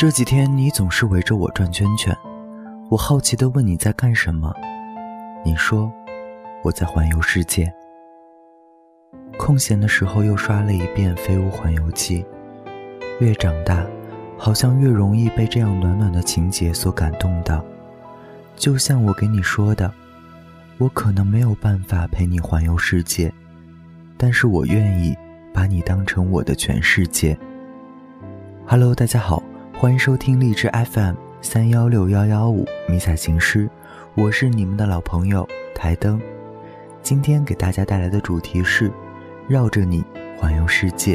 这几天你总是围着我转圈圈，我好奇地问你在干什么，你说我在环游世界。空闲的时候又刷了一遍《飞屋环游记》，越长大好像越容易被这样暖暖的情节所感动到。就像我给你说的，我可能没有办法陪你环游世界，但是我愿意把你当成我的全世界。Hello， 大家好，欢迎收听荔枝 FM316115迷彩情诗，我是你们的老朋友台灯。今天给大家带来的主题是绕着你环游世界。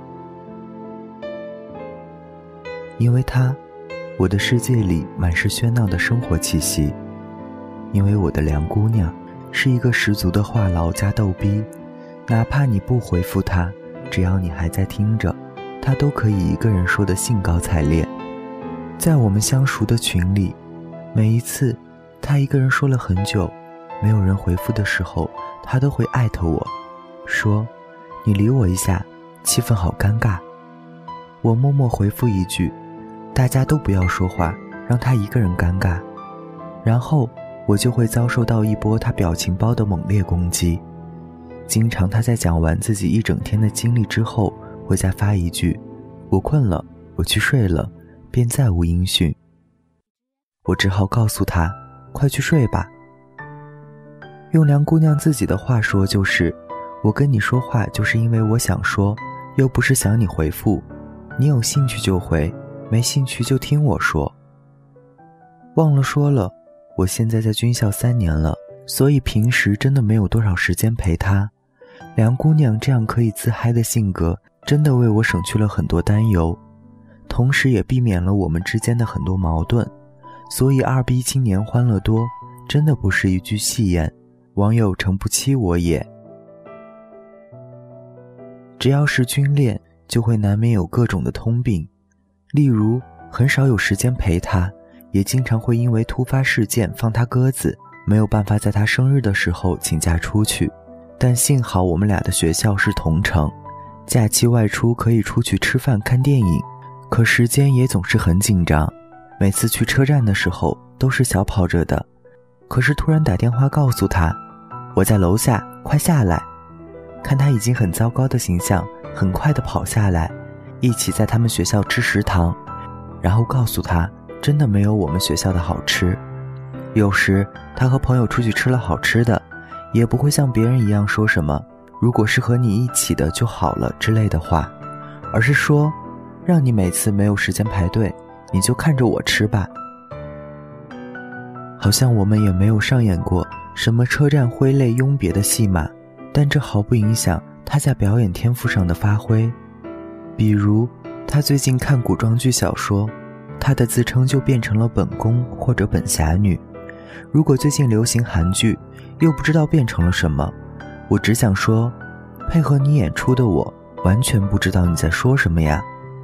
因为他，我的世界里满是喧闹的生活气息。因为我的梁姑娘是一个十足的话痨加逗逼，哪怕你不回复她，只要你还在听着，她都可以一个人说得兴高采烈。在我们相熟的群里，每一次她一个人说了很久没有人回复的时候，她都会艾特我说你理我一下，气氛好尴尬。我默默回复一句，大家都不要说话，让她一个人尴尬。然后我就会遭受到一波他表情包的猛烈攻击。经常他在讲完自己一整天的经历之后，会再发一句我困了，我去睡了，便再无音讯。我只好告诉他快去睡吧。用梁姑娘自己的话说，就是我跟你说话就是因为我想说，又不是想你回复，你有兴趣就回，没兴趣就听我说。忘了说了，我现在在军校3年了，所以平时真的没有多少时间陪她。梁姑娘这样可以自嗨的性格，真的为我省去了很多担忧，同时也避免了我们之间的很多矛盾。所以二逼青年欢乐多，真的不是一句戏言，网友诚不欺我也。只要是军恋，就会难免有各种的通病，例如很少有时间陪她，也经常会因为突发事件放他鸽子，没有办法在他生日的时候请假出去。但幸好我们俩的学校是同城，假期外出可以出去吃饭看电影，可时间也总是很紧张。每次去车站的时候都是小跑着的，可是突然打电话告诉他我在楼下，快下来。看他已经很糟糕的形象，很快地跑下来，一起在他们学校吃食堂，然后告诉他真的没有我们学校的好吃。有时他和朋友出去吃了好吃的，也不会像别人一样说什么如果是和你一起的就好了之类的话，而是说让你每次没有时间排队，你就看着我吃吧。好像我们也没有上演过什么车站挥泪拥别的戏码，但这毫不影响他在表演天赋上的发挥。比如他最近看古装剧小说，他的自称就变成了本宫或者本侠女。如果最近流行韩剧，又不知道变成了什么，我只想说，配合你演出的我，完全不知道你在说什么呀。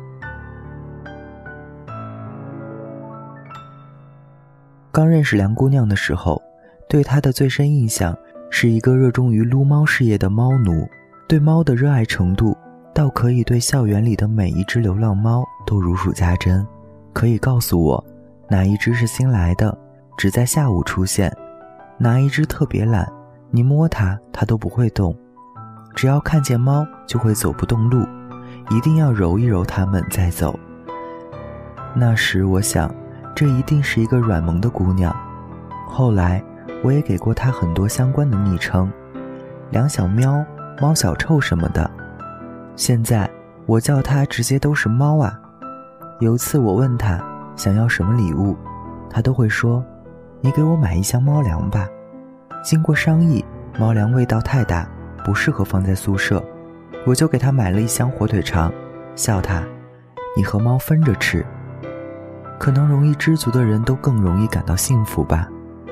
刚认识梁姑娘的时候，对她的最深印象是一个热衷于撸猫事业的猫奴，对猫的热爱程度，倒可以对校园里的每一只流浪猫都如数家珍。可以告诉我哪一只是新来的，只在下午出现，哪一只特别懒，你摸它它都不会动，只要看见猫就会走不动路，一定要揉一揉它们再走。那时我想这一定是一个软萌的姑娘。后来我也给过她很多相关的昵称，梁小喵、猫小臭什么的，现在我叫她直接都是猫啊。有一次我问他想要什么礼物，他都会说你给我买一箱猫粮吧。经过商议，猫粮味道太大，不适合放在宿舍，我就给他买了一箱火腿肠，笑他你和猫分着吃。可能容易知足的人都更容易感到幸福吧，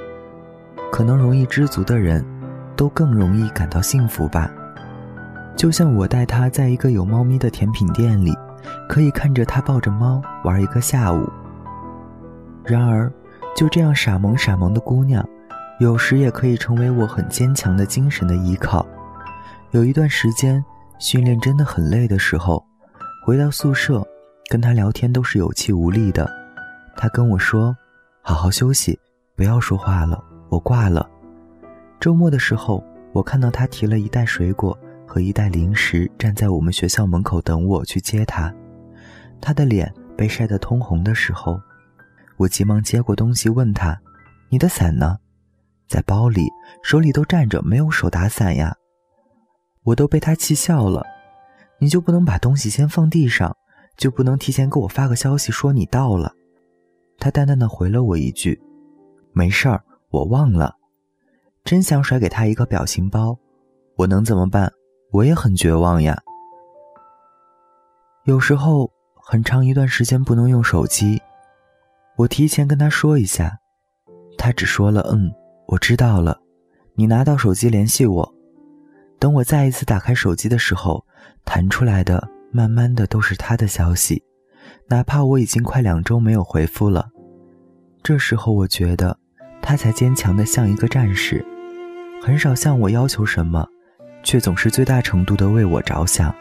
就像我带他在一个有猫咪的甜品店里，可以看着他抱着猫玩一个下午。然而就这样傻萌傻萌的姑娘，有时也可以成为我很坚强的精神的依靠。有一段时间训练真的很累的时候，回到宿舍跟他聊天都是有气无力的。他跟我说，好好休息，不要说话了，我挂了。周末的时候，我看到他提了一袋水果和一袋零食站在我们学校门口等我去接他。他的脸被晒得通红的时候，我急忙接过东西问他，你的伞呢？在包里，手里都站着，没有手打伞呀。我都被他气笑了，你就不能把东西先放地上，就不能提前给我发个消息说你到了？他淡淡地回了我一句，没事儿，我忘了。真想甩给他一个表情包，我能怎么办？我也很绝望呀。有时候很长一段时间不能用手机，我提前跟他说一下，他只说了我知道了，你拿到手机联系我。等我再一次打开手机的时候，弹出来的慢慢的都是他的消息，哪怕我已经快2周没有回复了。这时候我觉得他才坚强的像一个战士，很少向我要求什么，却总是最大程度的为我着想。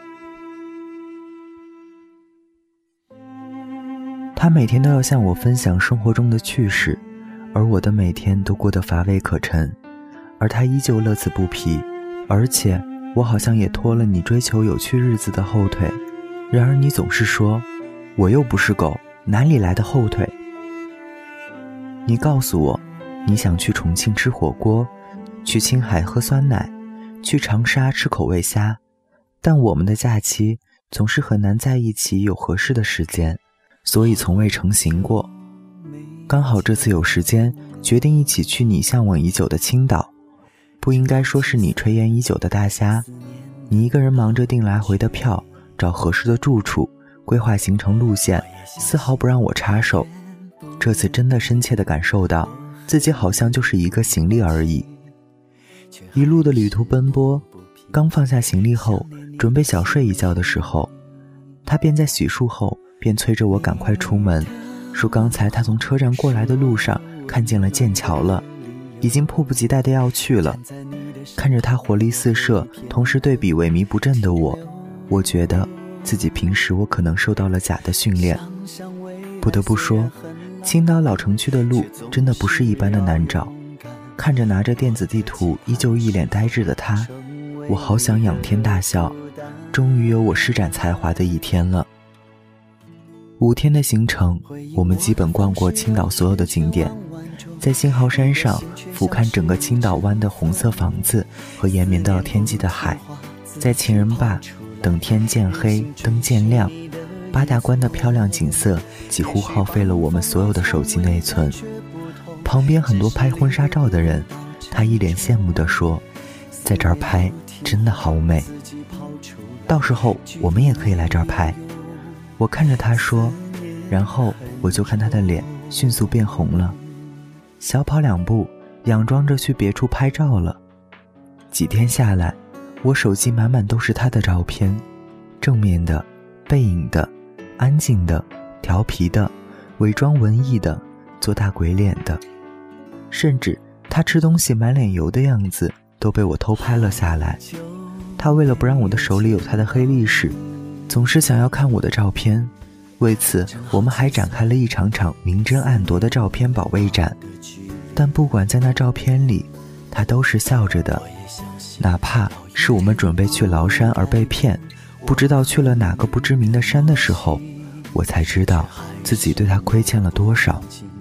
他每天都要向我分享生活中的趣事，而我的每天都过得乏味可陈，而他依旧乐此不疲。而且我好像也拖了你追求有趣日子的后腿，然而你总是说，我又不是狗，哪里来的后腿？你告诉我，你想去重庆吃火锅，去青海喝酸奶，去长沙吃口味虾，但我们的假期总是很难在一起有合适的时间，所以从未成行过。刚好这次有时间，决定一起去你向往已久的青岛，不应该说是你炊烟已久的大虾。你一个人忙着订来回的票，找合适的住处，规划行程路线，丝毫不让我插手。这次真的深切地感受到，自己好像就是一个行李而已。一路的旅途奔波，刚放下行李后，准备小睡一觉的时候，他便在洗漱后便催着我赶快出门，说刚才他从车站过来的路上看见了剑桥了，已经迫不及待地要去了。看着他活力四射，同时对比萎靡不振的我觉得自己平时我可能受到了假的训练。不得不说，青岛老城区的路真的不是一般的难找。看着拿着电子地图依旧一脸呆滞的他，我好想仰天大笑，终于有我施展才华的一天了。5天的行程，我们基本逛过青岛所有的景点，在信号山上俯瞰整个青岛湾的红色房子和延绵到天际的海，在情人坝等天渐黑灯渐亮，八大关的漂亮景色几乎耗费了我们所有的手机内存。旁边很多拍婚纱照的人，他一脸羡慕地说，在这儿拍真的好美，到时候我们也可以来这儿拍。我看着他说，然后我就看他的脸迅速变红了，小跑2步，佯装着去别处拍照了。几天下来，我手机满满都是他的照片，正面的、背影的、安静的、调皮的、伪装文艺的、做大鬼脸的，甚至他吃东西满脸油的样子都被我偷拍了下来。他为了不让我的手里有他的黑历史，总是想要看我的照片，为此我们还展开了一场场明争暗夺的照片保卫战。但不管在那照片里，他都是笑着的，哪怕是我们准备去崂山而被骗，不知道去了哪个不知名的山的时候，我才知道自己对他亏欠了多少。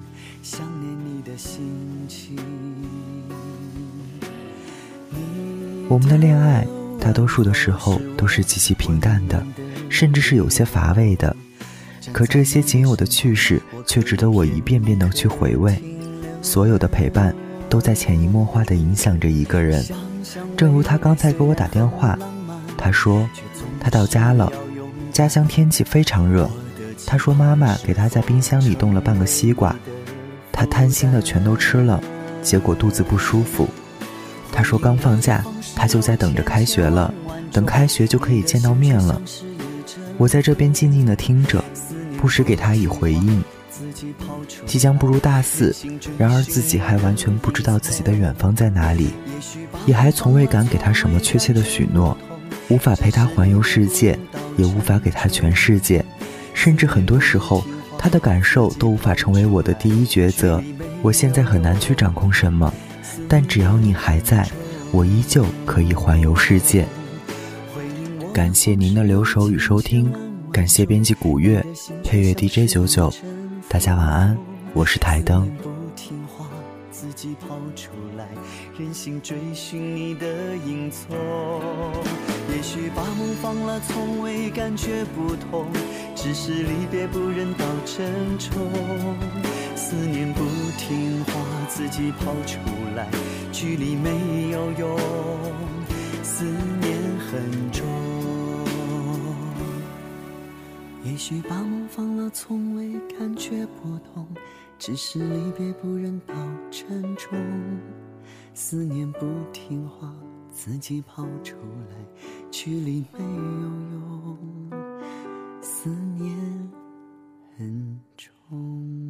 我们的恋爱大多数的时候都是极其平淡的，甚至是有些乏味的，可这些仅有的趣事却值得我一遍遍地去回味。所有的陪伴都在潜移默化地影响着一个人。正如他刚才给我打电话，他说他到家了，家乡天气非常热，他说妈妈给他在冰箱里冻了半个西瓜，他贪心的全都吃了，结果肚子不舒服。他说刚放假，他就在等着开学了，等开学就可以见到面了。我在这边静静地听着，不时给他以回应。即将步入大4，然而自己还完全不知道自己的远方在哪里，也还从未敢给他什么确切的许诺，无法陪他环游世界，也无法给他全世界， 甚至很多时候他的感受都无法成为我的第一抉择。我现在很难去掌控什么，但只要你还在，我依旧可以环游世界。感谢您的留守与收听，感谢编辑古月，配乐 DJ99。大家晚安，我是台灯。 自己跑出来，任性追寻你的影踪。也许把梦放了，从未感觉不同，只是离别不忍到珍重。思念不听话，自己跑出来，距离没有用，思念很重。也许把梦放了，从未感觉不同，只是离别不忍到珍重。思念不听话，自己跑出来，距离没有用，思念很重。